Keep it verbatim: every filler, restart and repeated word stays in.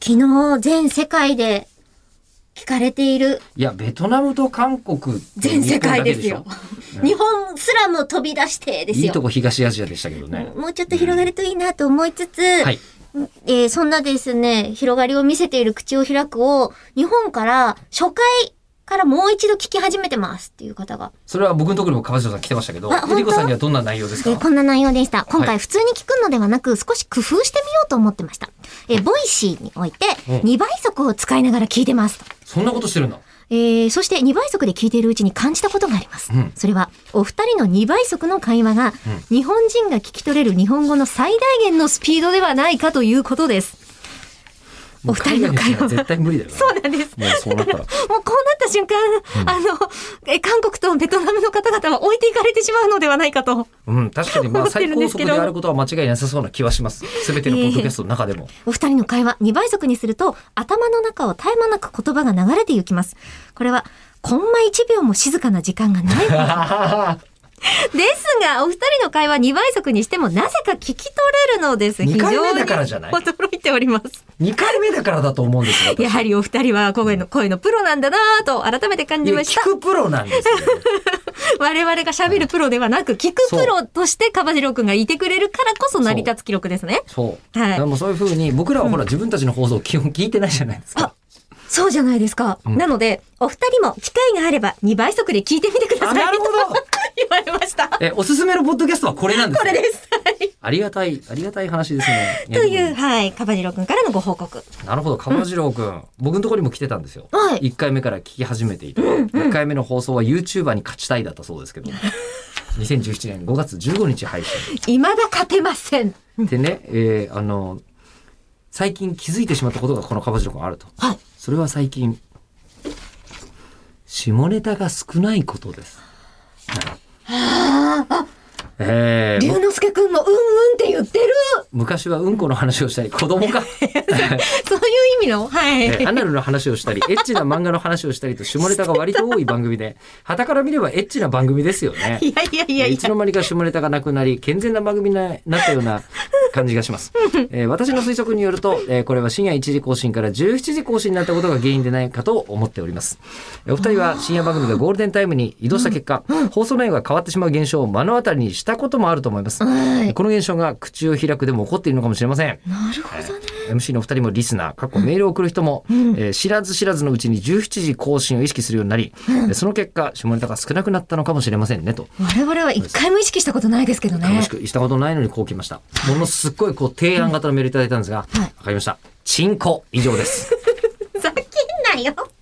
昨日全世界で聞かれている。 いやベトナムと韓国全世界ですよ、 うん、 日本すらも飛び出してですよ。 いいとこ東アジアでしたけどね。 もうちょっと広がるといいなと思いつつ、うん、はい、えー、そんなですね広がりを見せている口を開くを日本から初回からもう一度聞き始めてますっていう方が。 それは僕のところにも川城さん来てましたけど、えりこさんにはどんな内容ですか？ えー、こんな内容でした。今回普通に聞くのではなく、はい、少し工夫してみようと思ってました。えー、ボイシーにおいてにばい速を使いながら聞いてますと。 そんなことしてるんだ。 えー、そしてにばい速で聞いているうちに感じたことがあります、うん、それはお二人のにばい速の会話が、うん、日本人が聞き取れる日本語の最大限のスピードではないかということです。お二人の会話は絶対無理だよな。 そうなんです。 もうそうなったらもうこうなった瞬間、うん、あのえ韓国とベトナムの方々は置いていかれてしまうのではないかと。 うん、確かにまあ最高速であることは間違いなさそうな気はします。すべてのポッドキャストの中でも、 えー、お二人の会話にばい速にすると頭の中を絶え間なく言葉が流れていきます。これはコンマいちびょうも静かな時間がないですが、お二人の会話にばい速にしてもなぜか聞き取れるのです。 にかいめだからじゃない？ 驚いております。 にかいめだからだと思うんですよ。 やはりお二人は声の、声のプロなんだなと改めて感じました。 聞くプロなんですよ。 我々が喋るプロではなく、聞くプロとして川次郎くんがいてくれるからこそ成り立つ記録ですね。 そう。はい。でもそういう風に僕らはほら、うん、自分たちの放送を基本聞いてないじゃないですか。 そうじゃないですか、うん、なのでお二人も機会があればにばい速で聞いてみてください。 なるほど言われました。 えおすすめのポッドキャストはこれなんですか？ これです、はい、 ありがたいありがたい話ですね。 というはい川次郎くんからのご報告。 なるほど川次郎くん、うん、僕のところにも来てたんですよ、はい、いっかいめから聞き始めていて、うんうん、いっかいめの放送は YouTuber に勝ちたいだったそうですけどにせんじゅうななねんごがつじゅうごにち配信。 未だ勝てませんでね、えー、あの最近気づいてしまったことがこの川次郎くんあると、はい、それは最近下ネタが少ないことです。 はあ、 えー、 龍之介くんもうんうんって言ってる。 昔はうんこの話をしたり子供かそういう意味の、はい、 えー、アナルの話をしたりエッチな漫画の話をしたりと下ネタが割と多い番組で傍から見ればエッチな番組ですよね。 いやいやいやいや、 いつの間にか下ネタがなくなり健全な番組になったような感じがします、えー、私の推測によると、えー、これは深夜いちじ更新からじゅうしちじ更新になったことが原因でないかと思っております。お二人は深夜番組がゴールデンタイムに移動した結果、うんうん、放送内容が変わってしまう現象を目の当たりにしたこともあると思います、はい、この現象が口を開くでも起こっているのかもしれません。 なるほどね、 えー、エムシー のお二人もリスナー過去メールを送る人も、うんえー、知らず知らずのうちにじゅうしちじ更新を意識するようになり、うん、その結果下ネタが少なくなったのかもしれませんねと。 我々は一回も意識したことないですけどね。 意識したことないのにこう来ました。ものすっごいこう提案型のメールいただいたんですが、わ、うん、かりました。チンコ以上です。 ざけんなよ。